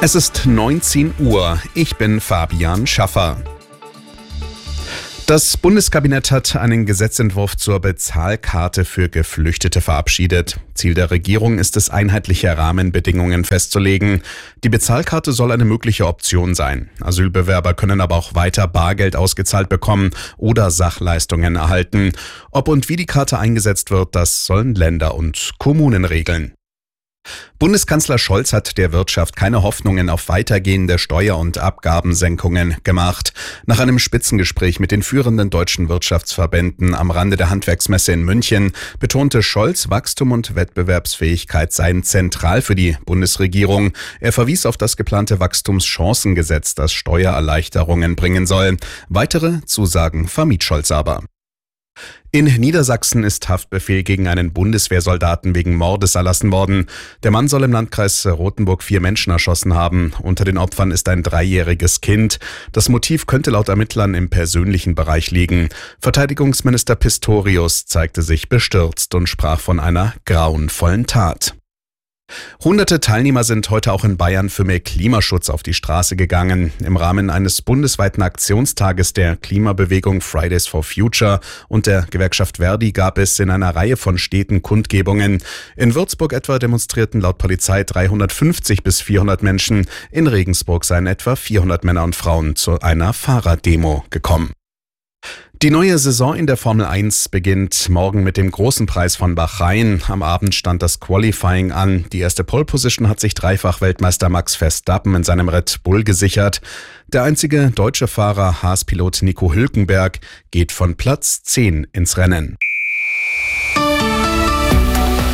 Es ist 19 Uhr. Ich bin Fabian Schaffer. Das Bundeskabinett hat einen Gesetzentwurf zur Bezahlkarte für Geflüchtete verabschiedet. Ziel der Regierung ist es, einheitliche Rahmenbedingungen festzulegen. Die Bezahlkarte soll eine mögliche Option sein. Asylbewerber können aber auch weiter Bargeld ausgezahlt bekommen oder Sachleistungen erhalten. Ob und wie die Karte eingesetzt wird, das sollen Länder und Kommunen regeln. Bundeskanzler Scholz hat der Wirtschaft keine Hoffnungen auf weitergehende Steuer- und Abgabensenkungen gemacht. Nach einem Spitzengespräch mit den führenden deutschen Wirtschaftsverbänden am Rande der Handwerksmesse in München betonte Scholz, Wachstum und Wettbewerbsfähigkeit seien zentral für die Bundesregierung. Er verwies auf das geplante Wachstumschancengesetz, das Steuererleichterungen bringen soll. Weitere Zusagen vermied Scholz aber. In Niedersachsen ist Haftbefehl gegen einen Bundeswehrsoldaten wegen Mordes erlassen worden. Der Mann soll im Landkreis Rothenburg 4 Menschen erschossen haben. Unter den Opfern ist ein 3-jähriges Kind. Das Motiv könnte laut Ermittlern im persönlichen Bereich liegen. Verteidigungsminister Pistorius zeigte sich bestürzt und sprach von einer grauenvollen Tat. Hunderte Teilnehmer sind heute auch in Bayern für mehr Klimaschutz auf die Straße gegangen. Im Rahmen eines bundesweiten Aktionstages der Klimabewegung Fridays for Future und der Gewerkschaft Verdi gab es in einer Reihe von Städten Kundgebungen. In Würzburg etwa demonstrierten laut Polizei 350 bis 400 Menschen. In Regensburg seien etwa 400 Männer und Frauen zu einer Fahrraddemo gekommen. Die neue Saison in der Formel 1 beginnt morgen mit dem großen Preis von Bahrain. Am Abend stand das Qualifying an. Die erste Pole-Position hat sich Dreifach-Weltmeister Max Verstappen in seinem Red Bull gesichert. Der einzige deutsche Fahrer, Haas-Pilot Nico Hülkenberg, geht von Platz 10 ins Rennen.